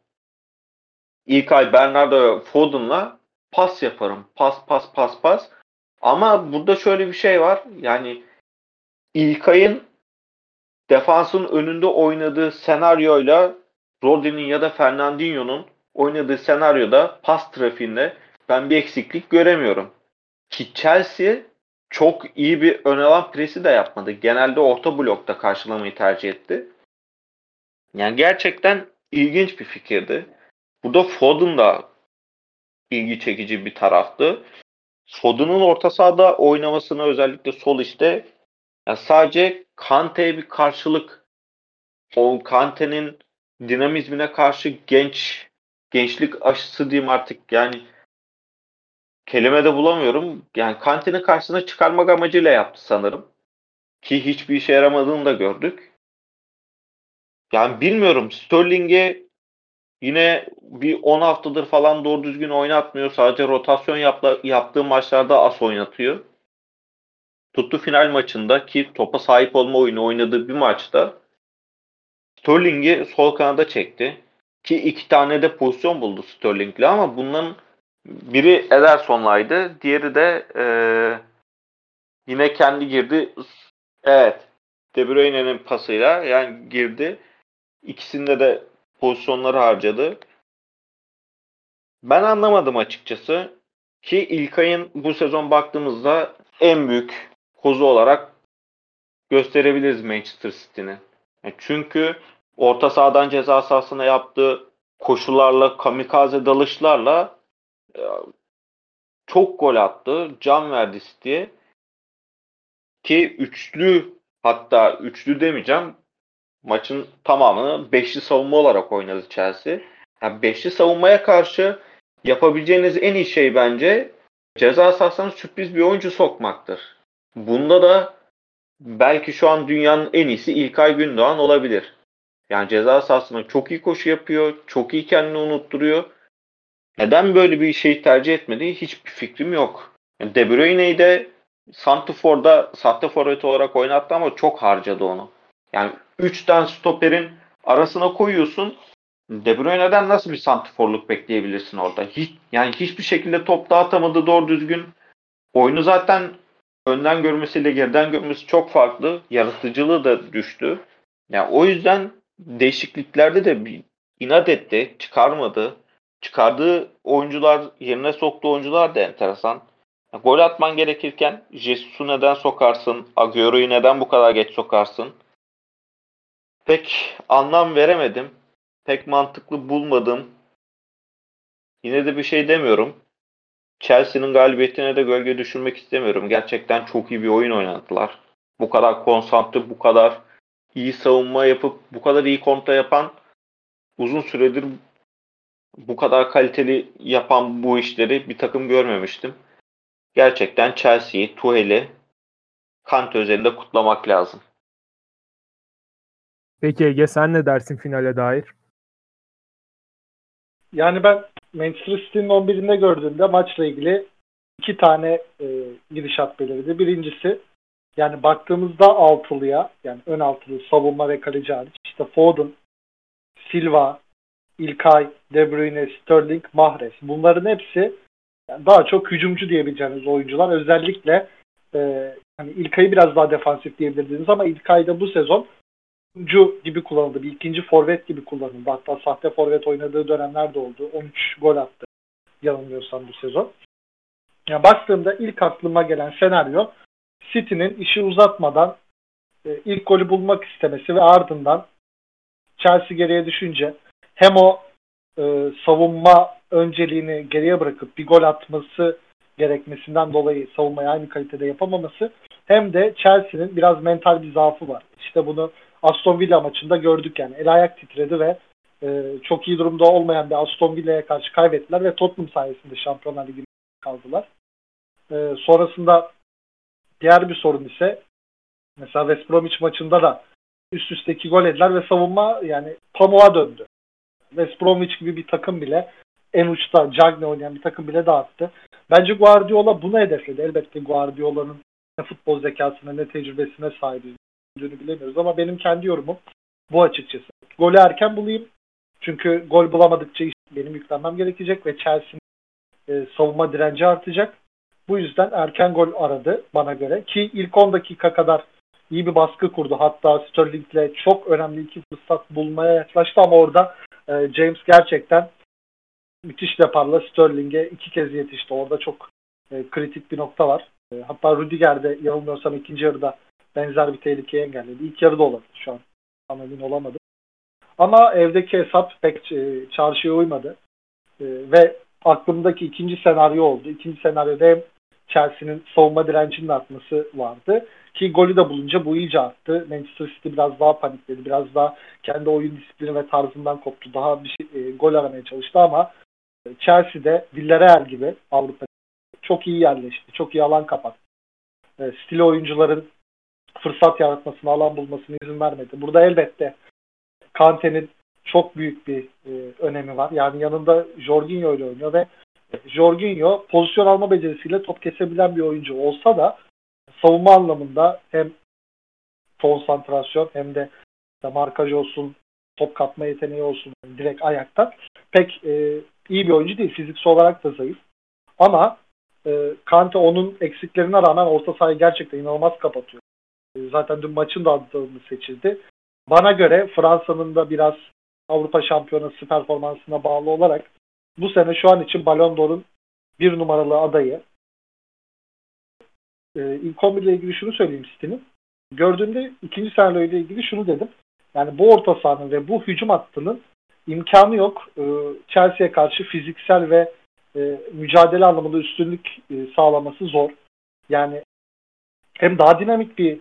İlkay, Bernardo, Foden'la pas yaparım. Pas. Ama burada şöyle bir şey var. Yani İlkay'ın defansın önünde oynadığı senaryoyla Rodri'nin ya da Fernandinho'nun oynadığı senaryoda pas trafiğinde ben bir eksiklik göremiyorum. Ki Chelsea çok iyi bir ön alan presi de yapmadı. Genelde orta blokta karşılamayı tercih etti. Yani gerçekten ilginç bir fikirdi. Burada Foden da ilgi çekici bir taraftı. Foden'ın orta sahada oynamasını özellikle sol işte ya sadece Kante'ye bir karşılık, o Kante'nin dinamizmine karşı gençlik aşısı diyeyim artık, yani kelime de bulamıyorum. Yani Kante'nin karşısına çıkarmak amacıyla yaptı sanırım. Ki hiçbir işe yaramadığını da gördük. Yani bilmiyorum, Sterling'e yine bir 10 haftadır falan doğru düzgün oynatmıyor. Sadece rotasyon yaptığı maçlarda as oynatıyor. Tuttu final maçında ki topa sahip olma oyunu oynadığı bir maçta Sterling'i sol kanada çekti. Ki iki tane de pozisyon buldu Sterling'le ama bunların biri Ederson'laydı. Diğeri de yine kendi girdi. Evet. De Bruyne'nin pasıyla yani girdi. İkisinde de pozisyonları harcadı. Ben anlamadım açıkçası. Ki İlkay'ın bu sezon baktığımızda en büyük kozu olarak gösterebiliriz Manchester City'nin. Çünkü orta sahadan ceza sahasına yaptığı koşularla, kamikaze dalışlarla e, çok gol attı. Can verdi City'ye. Ki hatta üçlü demeyeceğim. Maçın tamamını beşli savunma olarak oynadı Chelsea. Yani beşli savunmaya karşı yapabileceğiniz en iyi şey bence ceza sahasına sürpriz bir oyuncu sokmaktır. Bunda da belki şu an dünyanın en iyisi İlkay Gündoğan olabilir. Yani ceza sahasında çok iyi koşu yapıyor. Çok iyi kendini unutturuyor. Neden böyle bir şey tercih etmediği hiçbir fikrim yok. Yani De Bruyne'yi de santrforda sahte forvet olarak oynattı ama çok harcadı onu. Yani 3 tane stoperin arasına koyuyorsun. De Bruyne'den nasıl bir santrforluk bekleyebilirsin orada? Yani hiçbir şekilde top dağıtamadı doğru düzgün. Oyunu zaten önden görmesiyle geriden görmesi çok farklı. Yaratıcılığı da düştü. Yani o yüzden değişikliklerde de bir inat etti, çıkarmadı. Çıkardığı oyuncular, yerine soktuğu oyuncular da enteresan. Ya, gol atman gerekirken Jesus'u neden sokarsın? Agüero'yu neden bu kadar geç sokarsın? Pek anlam veremedim. Pek mantıklı bulmadım. Yine de bir şey demiyorum. Chelsea'nin galibiyetine de gölge düşürmek istemiyorum. Gerçekten çok iyi bir oyun oynadılar. Bu kadar konsantre, bu kadar iyi savunma yapıp, bu kadar iyi kontra yapan, uzun süredir bu kadar kaliteli yapan bu işleri bir takım görmemiştim. Gerçekten Chelsea'yi, Tuchel'i Kante özelinde kutlamak lazım. Peki Ege, sen ne dersin finale dair? Yani ben Manchester City'nin 11'inde gördüğümde maçla ilgili 2 tane gidişat belirdi. Birincisi, yani baktığımızda altılıya, yani ön altılı savunma ve kaleci hariç, işte Foden, Silva, İlkay, De Bruyne, Sterling, Mahrez. Bunların hepsi yani daha çok hücumcu diyebileceğiniz oyuncular. Özellikle hani İlkay'ı biraz daha defansif diyebilirdiniz ama İlkay da bu sezon hücumcu gibi kullanıldı. Bir ikinci forvet gibi kullanıldı. Hatta sahte forvet oynadığı dönemler de oldu. 13 gol attı yanılmıyorsam bu sezon. Yani baktığımda ilk aklıma gelen senaryo City'nin işi uzatmadan ilk golü bulmak istemesi ve ardından Chelsea geriye düşünce hem o savunma önceliğini geriye bırakıp bir gol atması gerekmesinden dolayı savunmayı aynı kalitede yapamaması, hem de Chelsea'nin biraz mental bir zaafı var. İşte bunu Aston Villa maçında gördük yani. El ayak titredi ve çok iyi durumda olmayan bir Aston Villa'ya karşı kaybettiler ve Tottenham sayesinde Şampiyonlar Ligi'nde kaldılar. Sonrasında diğer bir sorun ise mesela West Bromwich maçında da üst üste 2 gol yediler ve savunma yani pamuğa döndü. West Bromwich gibi bir takım bile, en uçta Cagney oynayan bir takım bile dağıttı. Bence Guardiola bunu hedefledi. Elbette Guardiola'nın ne futbol zekasına ne tecrübesine sahip olduğunu bilemiyoruz ama benim kendi yorumum bu açıkçası. Golü erken bulayım. Çünkü gol bulamadıkça benim yüklenmem gerekecek ve Chelsea'nin savunma direnci artacak. Bu yüzden erken gol aradı bana göre. Ki ilk 10 dakika kadar iyi bir baskı kurdu. Hatta Sterling'le çok önemli 2 fırsat bulmaya yaklaştı ama orada James gerçekten müthiş deparla Sterling'e 2 kez yetişti. Orada çok kritik bir nokta var. Hatta Rüdiger de yanılmıyorsam ikinci yarıda benzer bir tehlikeyi engelledi. İlk yarıda olabilir şu an. Tam emin olamadım. Ama evdeki hesap pek çarşıya uymadı. Ve aklımdaki ikinci senaryo oldu. İkinci senaryoda hem Chelsea'nin savunma direncinin artması vardı. Ki golü de bulunca bu iyice arttı. Manchester City biraz daha panikledi. Biraz daha kendi oyun disiplini ve tarzından koptu. Daha bir gol aramaya çalıştı ama Chelsea'de Villarreal gibi Avrupa'da çok iyi yerleşti. Çok iyi alan kapattı. Stili oyuncuların fırsat yaratmasına, alan bulmasına izin vermedi. Burada elbette Kante'nin çok büyük bir önemi var. Yani yanında Jorginho ile oynuyor ve Jorginho pozisyon alma becerisiyle top kesebilen bir oyuncu olsa da savunma anlamında hem konsantrasyon hem de markaj olsun, top kapma yeteneği olsun, direkt ayaktan pek iyi bir oyuncu değil. Fiziksel olarak da zayıf. Ama Kante onun eksiklerine rağmen orta sahayı gerçekten inanılmaz kapatıyor. Zaten dün maçın da adını seçildi. Bana göre Fransa'nın da biraz Avrupa Şampiyonası performansına bağlı olarak bu sene şu an için Ballon d'Or'un 1 numaralı adayı. İlk 11 ile ilgili şunu söyleyeyim City'nin. Gördüğümde ikinci senaryo ile ilgili şunu dedim. Yani bu orta sahanın ve bu hücum hattının imkanı yok. Chelsea'ye karşı fiziksel ve mücadele anlamında üstünlük sağlaması zor. Yani hem daha dinamik bir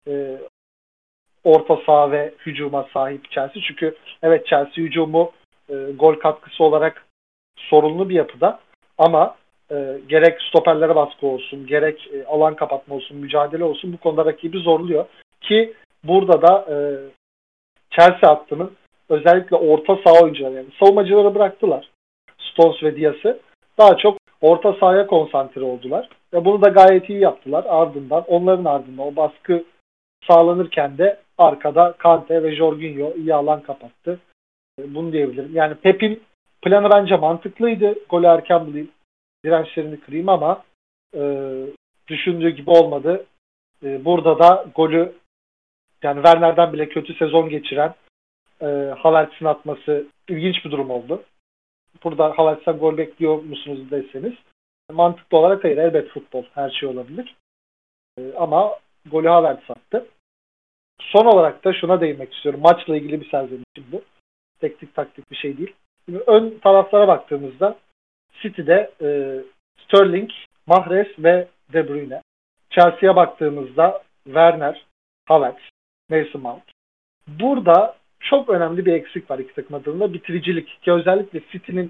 orta saha ve hücuma sahip Chelsea. Çünkü evet Chelsea hücumu gol katkısı olarak sorunlu bir yapıda ama gerek stoperlere baskı olsun, gerek alan kapatma olsun, mücadele olsun bu konuda rakibi zorluyor. Ki burada da Chelsea hattının özellikle orta saha oyuncuları, yani savunmacıları bıraktılar. Stones ve Diaz'ı. Daha çok orta sahaya konsantre oldular. Ve bunu da gayet iyi yaptılar. Onların ardından o baskı sağlanırken de arkada Kante ve Jorginho iyi alan kapattı. Bunu diyebilirim. Yani Pep'in planı bence mantıklıydı. Golü erken bulayım, dirençlerini kırayım ama düşündüğü gibi olmadı. Burada da golü, yani Werner'den bile kötü sezon geçiren Havertz'in atması ilginç bir durum oldu. Burada Havertz'ten gol bekliyor musunuz deseniz, mantıklı olarak hayır. Elbet futbol her şey olabilir. Ama golü Havertz attı. Son olarak da şuna değinmek istiyorum. Maçla ilgili bir serzenişim bu. Teknik taktik bir şey değil. Şimdi ön taraflara baktığımızda City'de Sterling, Mahrez ve De Bruyne. Chelsea'ye baktığımızda Werner, Havertz, Mason Mount. Burada çok önemli bir eksik var iki takım adına. Bitiricilik. Ki özellikle City'nin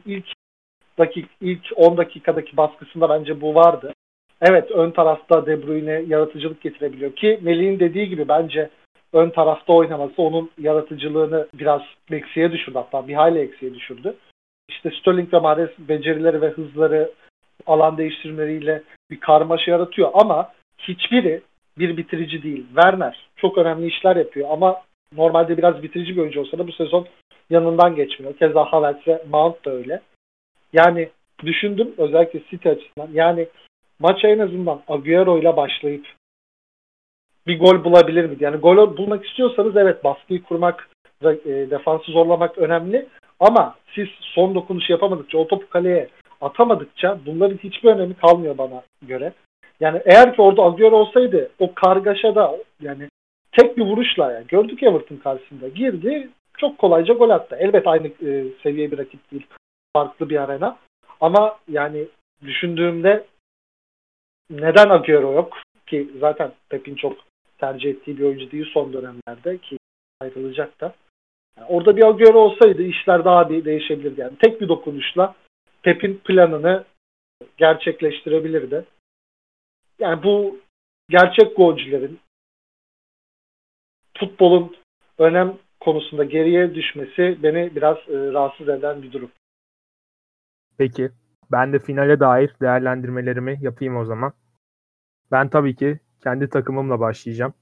ilk 10 dakikadaki baskısında bence bu vardı. Evet, ön tarafta De Bruyne yaratıcılık getirebiliyor ki Melih'in dediği gibi bence ön tarafta oynaması onun yaratıcılığını biraz eksiye düşürdü, hatta bir hayli eksiye düşürdü. İşte Sterling ve Mahrez becerileri ve hızları, alan değiştirmeleriyle bir karmaşa yaratıyor ama hiçbiri bir bitirici değil. Werner çok önemli işler yapıyor ama normalde biraz bitirici bir oyuncu olsa da bu sezon yanından geçmiyor. Keza Havertz ve Mount da öyle. Yani düşündüm özellikle City açısından. Yani maça en azından Agüero ile başlayıp bir gol bulabilir miydi? Yani gol bulmak istiyorsanız evet, baskıyı kurmak ve defansı zorlamak önemli. Ama siz son dokunuş yapamadıkça, o topu kaleye atamadıkça bunların hiçbir önemi kalmıyor bana göre. Yani eğer ki orada Agüero olsaydı o kargaşada, yani tek bir vuruşla, yani gördük Everton karşısında girdi, çok kolayca gol attı. Elbette aynı seviye bir rakip değil. Farklı bir arena. Ama yani düşündüğümde neden Agüero yok? Ki zaten Pep'in çok tercih ettiği bir oyuncu değil son dönemlerde, ki ayrılacak da. Yani orada bir Agüero olsaydı işler daha bir değişebilirdi. Yani tek bir dokunuşla Pep'in planını gerçekleştirebilirdi. Yani bu gerçek golcülerin futbolun önem konusunda geriye düşmesi beni biraz rahatsız eden bir durum. Peki. Ben de finale dair değerlendirmelerimi yapayım o zaman. Ben tabii ki kendi takımımla başlayacağım.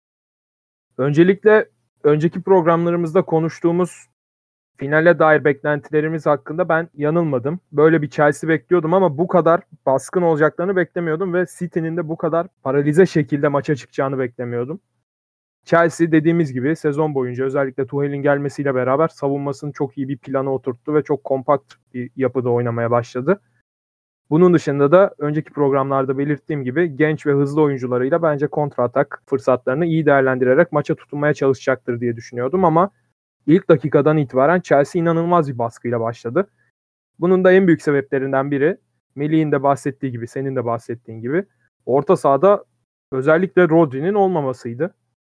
Öncelikle önceki programlarımızda konuştuğumuz finale dair beklentilerimiz hakkında ben yanılmadım. Böyle bir Chelsea bekliyordum ama bu kadar baskın olacaklarını beklemiyordum ve City'nin de bu kadar paralize şekilde maça çıkacağını beklemiyordum. Chelsea dediğimiz gibi sezon boyunca özellikle Tuchel'in gelmesiyle beraber savunmasını çok iyi bir plana oturttu ve çok kompakt bir yapıda oynamaya başladı. Bunun dışında da önceki programlarda belirttiğim gibi genç ve hızlı oyuncularıyla bence kontra atak fırsatlarını iyi değerlendirerek maça tutunmaya çalışacaktır diye düşünüyordum ama ilk dakikadan itibaren Chelsea inanılmaz bir baskıyla başladı. Bunun da en büyük sebeplerinden biri Melih'in de bahsettiği gibi, senin de bahsettiğin gibi orta sahada özellikle Rodri'nin olmamasıydı.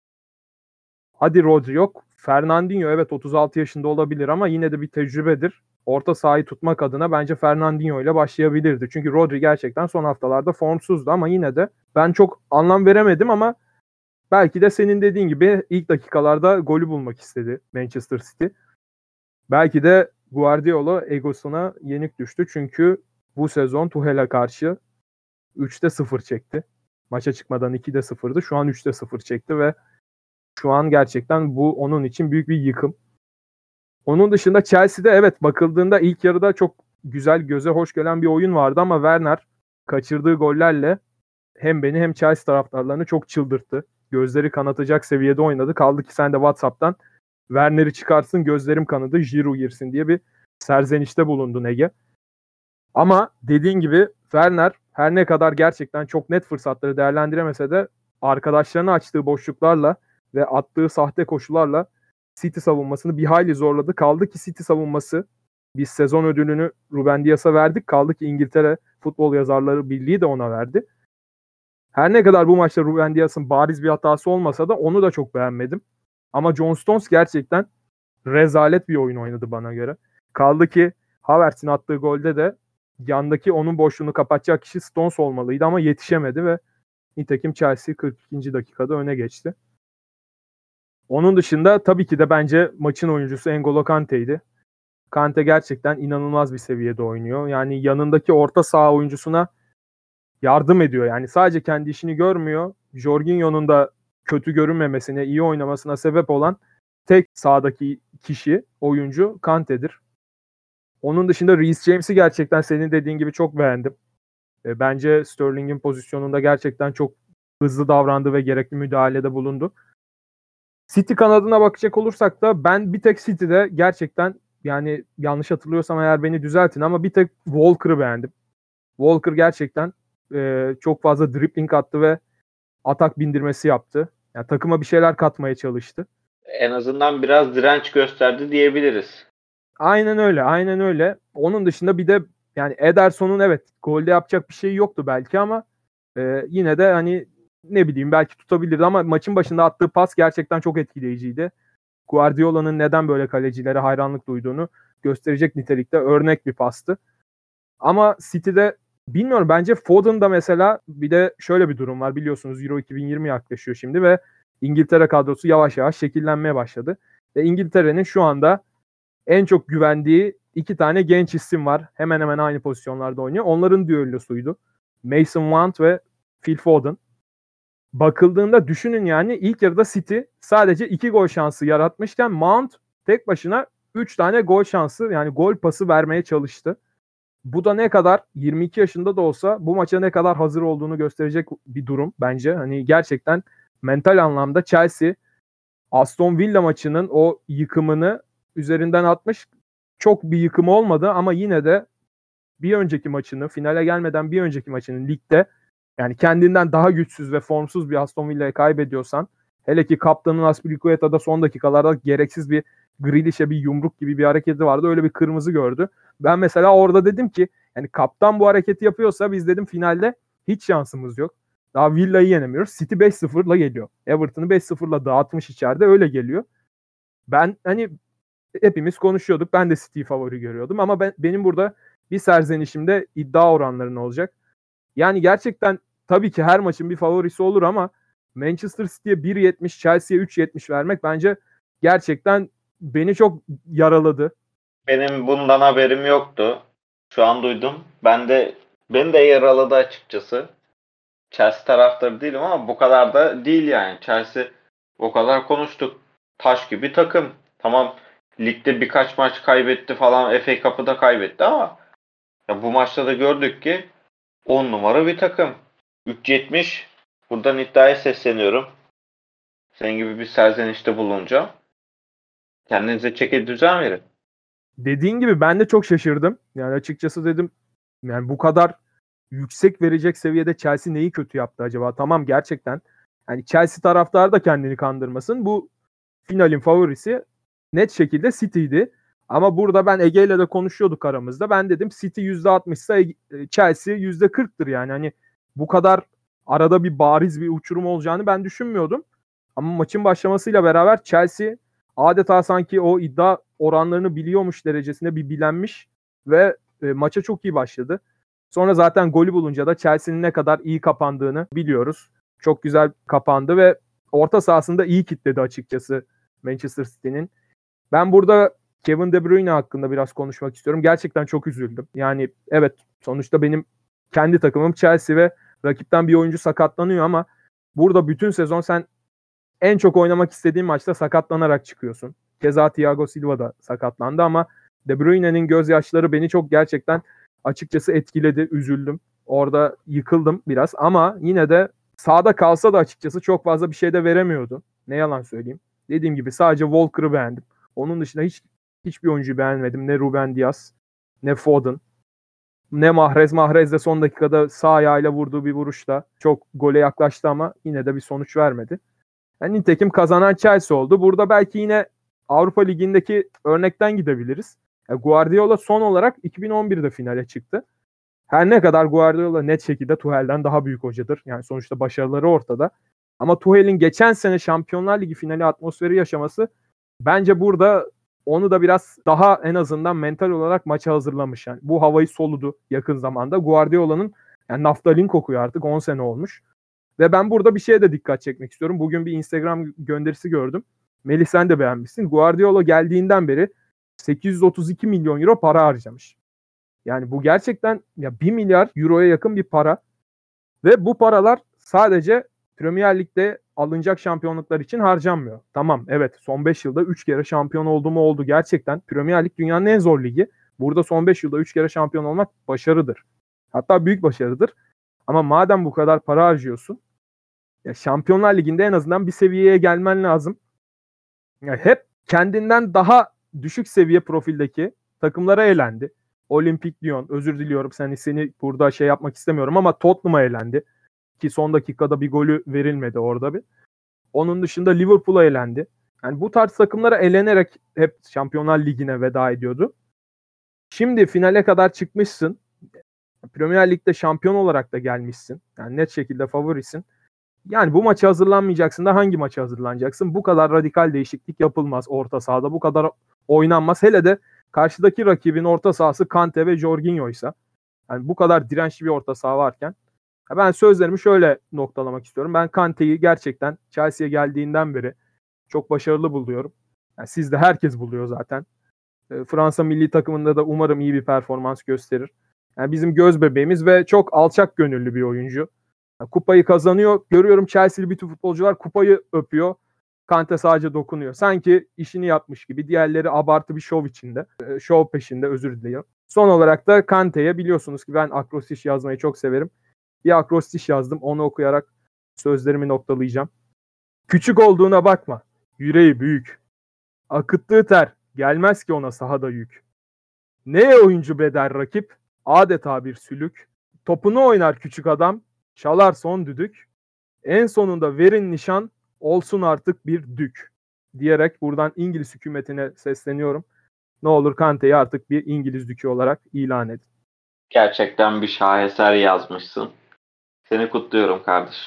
Hadi Rodri yok. Fernandinho evet 36 yaşında olabilir ama yine de bir tecrübedir. Orta sahayı tutmak adına bence Fernandinho ile başlayabilirdi. Çünkü Rodri gerçekten son haftalarda formsuzdu ama yine de ben çok anlam veremedim ama belki de senin dediğin gibi ilk dakikalarda golü bulmak istedi Manchester City. Belki de Guardiola egosuna yenik düştü. Çünkü bu sezon Tuchel'e karşı 3'te 0 çekti. Maça çıkmadan 2'de 0'dı. Şu an 3'te 0 çekti ve şu an gerçekten bu onun için büyük bir yıkım. Onun dışında Chelsea'de evet bakıldığında ilk yarıda çok güzel, göze hoş gelen bir oyun vardı ama Werner kaçırdığı gollerle hem beni hem Chelsea taraftarlarını çok çıldırttı. Gözleri kanatacak seviyede oynadı. Kaldı ki sen de WhatsApp'tan Werner'i çıkarsın gözlerim kanadı, Giroud girsin diye bir serzenişte bulundun Ege. Ama dediğin gibi Werner her ne kadar gerçekten çok net fırsatları değerlendiremese de arkadaşlarına açtığı boşluklarla ve attığı sahte koşularla City savunmasını bir hayli zorladı. Kaldı ki City savunması, biz sezon ödülünü Ruben Dias'a verdik. Kaldı ki İngiltere Futbol Yazarları Birliği de ona verdi. Her ne kadar bu maçta Ruben Dias'ın bariz bir hatası olmasa da onu da çok beğenmedim. Ama John Stones gerçekten rezalet bir oyun oynadı bana göre. Kaldı ki Havertz'in attığı golde de yandaki onun boşluğunu kapatacak kişi Stones olmalıydı ama yetişemedi ve nitekim Chelsea 42. dakikada öne geçti. Onun dışında tabii ki de bence maçın oyuncusu N'Golo Kante'ydi. Kante gerçekten inanılmaz bir seviyede oynuyor. Yani yanındaki orta saha oyuncusuna yardım ediyor. Yani sadece kendi işini görmüyor. Jorginho'nun da kötü görünmemesine, iyi oynamasına sebep olan tek sahadaki kişi, oyuncu Kante'dir. Onun dışında Reece James'i gerçekten senin dediğin gibi çok beğendim. Bence Sterling'in pozisyonunda gerçekten çok hızlı davrandı ve gerekli müdahalede bulundu. City kanadına bakacak olursak da ben bir tek City'de gerçekten, yani yanlış hatırlıyorsam eğer beni düzeltin ama bir tek Walker'ı beğendim. Walker gerçekten çok fazla dribbling attı ve atak bindirmesi yaptı. Yani takıma bir şeyler katmaya çalıştı. En azından biraz direnç gösterdi diyebiliriz. Aynen öyle, aynen öyle. Onun dışında bir de yani Ederson'un evet golde yapacak bir şey yoktu belki ama yine de hani ne bileyim belki tutabilirdi ama maçın başında attığı pas gerçekten çok etkileyiciydi. Guardiola'nın neden böyle kalecilere hayranlık duyduğunu gösterecek nitelikte örnek bir pastı. Ama City'de bilmiyorum, bence Foden'da mesela bir de şöyle bir durum var, biliyorsunuz Euro 2020 yaklaşıyor şimdi ve İngiltere kadrosu yavaş yavaş şekillenmeye başladı. Ve İngiltere'nin şu anda en çok güvendiği iki tane genç isim var. Hemen hemen aynı pozisyonlarda oynuyor. Onların düellosuydu. Mason Mount ve Phil Foden. Bakıldığında düşünün yani ilk yarıda City sadece 2 gol şansı yaratmışken Mount tek başına 3 tane gol şansı, yani gol pası vermeye çalıştı. Bu da ne kadar 22 yaşında da olsa bu maça ne kadar hazır olduğunu gösterecek bir durum bence. Hani gerçekten mental anlamda Chelsea Aston Villa maçının o yıkımını üzerinden atmış. Çok bir yıkım olmadı ama yine de bir önceki maçını, finale gelmeden bir önceki maçının ligde, yani kendinden daha güçsüz ve formsuz bir Aston Villa'ya kaybediyorsan, hele ki kaptanın Azpilicueta'da son dakikalarda gereksiz bir Grealish'e bir yumruk gibi bir hareketi vardı. Öyle bir kırmızı gördü. Ben mesela orada dedim ki yani kaptan bu hareketi yapıyorsa biz dedim finalde hiç şansımız yok. Daha Villa'yı yenemiyoruz. City 5-0'la geliyor. Everton'ı 5-0'la dağıtmış içeride, öyle geliyor. Ben hani hepimiz konuşuyorduk. Ben de City'yi favori görüyordum ama benim burada bir serzenişimde iddia oranların olacak. Yani gerçekten tabii ki her maçın bir favorisi olur ama Manchester City'ye 1.70, Chelsea'ye 3.70 vermek bence gerçekten beni çok yaraladı. Benim bundan haberim yoktu. Şu an duydum. Beni de yaraladı açıkçası. Chelsea taraftarı değilim ama bu kadar da değil yani. Chelsea o kadar konuştuk. Taş gibi takım. Tamam, ligde birkaç maç kaybetti falan. FA Cup'ı da kaybetti ama ya bu maçta da gördük ki 10 numara bir takım. 3.70. Buradan iddiaya sesleniyorum. Senin gibi bir serzenişte bulunacağım. Kendinize çeki düzen verin. Dediğin gibi ben de çok şaşırdım. Yani açıkçası dedim, yani bu kadar yüksek verecek seviyede Chelsea neyi kötü yaptı acaba? Tamam, gerçekten yani Chelsea taraftarı da kendini kandırmasın. Bu finalin favorisi net şekilde City'ydi. Ama burada ben Ege ile de konuşuyorduk aramızda. Ben dedim City %60 ise Chelsea %40'tır yani. Hani bu kadar arada bir bariz bir uçurum olacağını ben düşünmüyordum. Ama maçın başlamasıyla beraber Chelsea adeta sanki o iddia oranlarını biliyormuş derecesinde bir bilenmiş ve maça çok iyi başladı. Sonra zaten golü bulunca da Chelsea'nin ne kadar iyi kapandığını biliyoruz. Çok güzel kapandı ve orta sahasında iyi kitledi açıkçası Manchester City'nin. Ben burada Kevin De Bruyne hakkında biraz konuşmak istiyorum. Gerçekten çok üzüldüm. Yani evet, sonuçta benim kendi takımım Chelsea ve rakipten bir oyuncu sakatlanıyor ama burada bütün sezon sen en çok oynamak istediğin maçta sakatlanarak çıkıyorsun. Keza Thiago Silva da sakatlandı ama De Bruyne'nin gözyaşları beni çok gerçekten açıkçası etkiledi. Üzüldüm. Orada yıkıldım biraz ama yine de sahada kalsa da açıkçası çok fazla bir şey de veremiyordu. Ne yalan söyleyeyim. Dediğim gibi sadece Walker'ı beğendim. Onun dışında hiçbir oyuncuyu beğenmedim. Ne Ruben Dias, ne Foden, ne Mahrez. Mahrez de son dakikada sağ ayağıyla vurduğu bir vuruşta çok gole yaklaştı ama yine de bir sonuç vermedi. Yani nitekim kazanan Chelsea oldu. Burada belki yine Avrupa Ligi'ndeki örnekten gidebiliriz. Guardiola son olarak 2011'de finale çıktı. Her ne kadar Guardiola net şekilde Tuchel'den daha büyük hocadır. Yani sonuçta başarıları ortada. Ama Tuchel'in geçen sene Şampiyonlar Ligi finali atmosferi yaşaması bence burada onu da biraz daha en azından mental olarak maça hazırlamış. Yani bu havayı soludu yakın zamanda. Guardiola'nın yani naftalin kokuyor, artık 10 sene olmuş. Ve ben burada bir şeye de dikkat çekmek istiyorum. Bugün bir Instagram gönderisi gördüm. Melih sen de beğenmişsin. Guardiola geldiğinden beri 832 milyon euro para harcamış. Yani bu gerçekten ya 1 milyar euroya yakın bir para. Ve bu paralar sadece Premier Lig'de alınacak şampiyonluklar için harcanmıyor. Tamam, evet, son 5 yılda 3 kere şampiyon oldu mu oldu gerçekten. Premier Lig dünyanın en zor ligi. Burada son 5 yılda 3 kere şampiyon olmak başarıdır. Hatta büyük başarıdır. Ama madem bu kadar para harcıyorsun, ya Şampiyonlar Ligi'nde en azından bir seviyeye gelmen lazım. Ya hep kendinden daha düşük seviye profildeki takımlara elendi. Olimpik Lyon, özür diliyorum seni burada şey yapmak istemiyorum ama Tottenham'a elendi. Ki son dakikada bir golü verilmedi orada bir. Onun dışında Liverpool'a elendi. Yani bu tarz takımlara elenerek hep Şampiyonlar Ligi'ne veda ediyordu. Şimdi finale kadar çıkmışsın. Premier Lig'de şampiyon olarak da gelmişsin. Yani net şekilde favorisin. Yani bu maça hazırlanmayacaksın da hangi maça hazırlanacaksın? Bu kadar radikal değişiklik yapılmaz orta sahada. Bu kadar oynanmaz. Hele de karşıdaki rakibin orta sahası Kante ve Jorginho'ysa. Yani bu kadar dirençli bir orta saha varken. Ben sözlerimi şöyle noktalamak istiyorum. Ben Kante'yi gerçekten Chelsea'ye geldiğinden beri çok başarılı buluyorum. Yani siz de herkes buluyor zaten. Fransa milli takımında da umarım iyi bir performans gösterir. Yani bizim göz bebeğimiz ve çok alçak gönüllü bir oyuncu. Yani kupayı kazanıyor. Görüyorum Chelsea'li bütün futbolcular kupayı öpüyor. Kante sadece dokunuyor. Sanki işini yapmış gibi. Diğerleri abartı bir şov içinde. Şov peşinde, özür dilerim. Son olarak da Kante'ye, biliyorsunuz ki ben akrostiş yazmayı çok severim. Bir akrostiş yazdım. Onu okuyarak sözlerimi noktalayacağım. Küçük olduğuna bakma. Yüreği büyük. Akıttığı ter gelmez ki ona sahada yük. Neye oyuncu beder rakip? Adeta bir sülük. Topunu oynar küçük adam. Çalar son düdük. En sonunda verin nişan, olsun artık bir dük. Diyerek buradan İngiliz hükümetine sesleniyorum. Ne olur Kante'yi artık bir İngiliz dükü olarak ilan edin. Gerçekten bir şaheser yazmışsın. Seni kutluyorum kardeşim.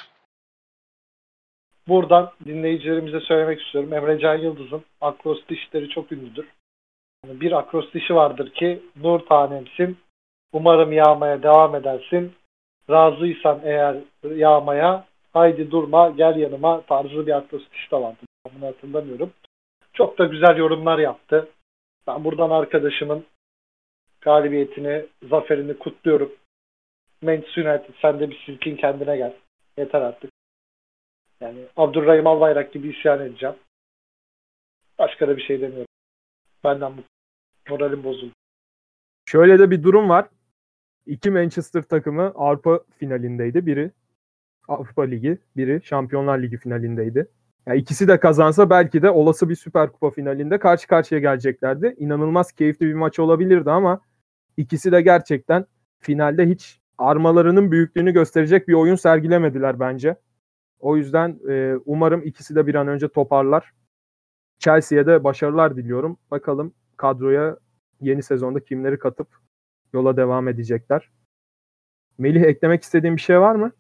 Buradan dinleyicilerimize söylemek istiyorum. Emre Can Yıldız'ın akrostişleri çok ünlüdür. Yani bir akrostişi vardır ki nur tanemsin, umarım yağmaya devam edersin. Razıysan eğer yağmaya, haydi durma gel yanıma tarzı bir akrostiş de vardı. Ben bunu hatırlamıyorum. Çok da güzel yorumlar yaptı. Ben buradan arkadaşımın galibiyetini, zaferini kutluyorum. Manchester United, sen de bir silkin kendine gel. Yeter artık. Yani Abdurrahim Albayrak gibi isyan edeceğim. Başka da bir şey demiyorum. Benden bu moralim bozuldu. Şöyle de bir durum var. İki Manchester takımı Avrupa finalindeydi. Biri Avrupa Ligi, biri Şampiyonlar Ligi finalindeydi. Yani ikisi de kazansa belki de olası bir Süper Kupa finalinde karşı karşıya geleceklerdi. İnanılmaz keyifli bir maç olabilirdi ama ikisi de gerçekten finalde hiç armalarının büyüklüğünü gösterecek bir oyun sergilemediler bence. O yüzden umarım ikisi de bir an önce toparlar. Chelsea'ye de başarılar diliyorum. Bakalım kadroya yeni sezonda kimleri katıp yola devam edecekler. Melih, eklemek istediğin bir şey var mı?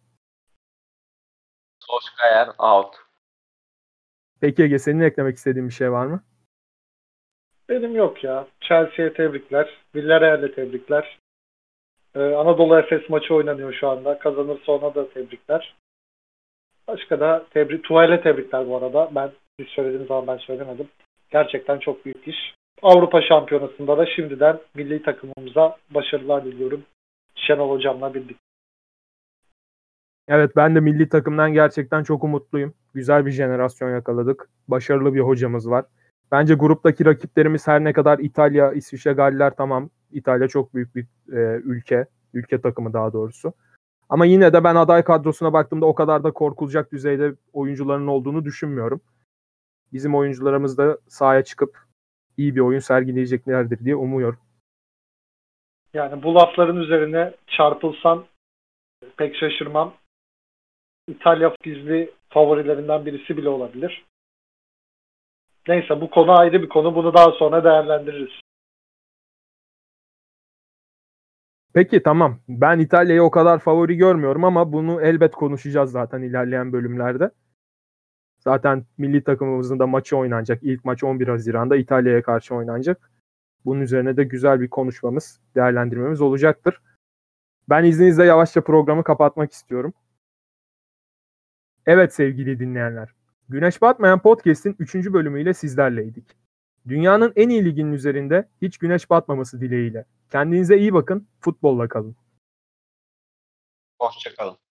Solskjaer out. Peki Ege, senin eklemek istediğin bir şey var mı? Benim yok ya. Chelsea'ye tebrikler. Villarreal'e tebrikler. Anadolu Efes maçı oynanıyor şu anda. Kazanırsa ona da tebrikler. Başka da Tuval'e tebrikler bu arada. Siz söylediğiniz zaman ben söylemedim. Gerçekten çok büyük iş. Avrupa Şampiyonası'nda da şimdiden milli takımımıza başarılar diliyorum. Şenol Hocam'la birlikte. Evet, ben de milli takımdan gerçekten çok umutluyum. Güzel bir jenerasyon yakaladık. Başarılı bir hocamız var. Bence gruptaki rakiplerimiz her ne kadar İtalya, İsviçre, Galler, tamam. İtalya çok büyük bir ülke. Ülke takımı daha doğrusu. Ama yine de ben aday kadrosuna baktığımda o kadar da korkulacak düzeyde oyuncuların olduğunu düşünmüyorum. Bizim oyuncularımız da sahaya çıkıp iyi bir oyun sergileyeceklerdir diye umuyorum. Yani bu lafların üzerine çarpılsan pek şaşırmam. İtalya gizli favorilerinden birisi bile olabilir. Neyse, bu konu ayrı bir konu. Bunu daha sonra değerlendiririz. Peki, tamam. Ben İtalya'yı o kadar favori görmüyorum ama bunu elbet konuşacağız zaten ilerleyen bölümlerde. Zaten milli takımımızın da maçı oynanacak. İlk maç 11 Haziran'da İtalya'ya karşı oynanacak. Bunun üzerine de güzel bir konuşmamız, değerlendirmemiz olacaktır. Ben izninizle yavaşça programı kapatmak istiyorum. Evet sevgili dinleyenler, Güneş Batmayan Podcast'in 3. bölümüyle sizlerleydik. Dünyanın en iyi liginin üzerinde hiç güneş batmaması dileğiyle. Kendinize iyi bakın, futbolla kalın. Hoşça kalın.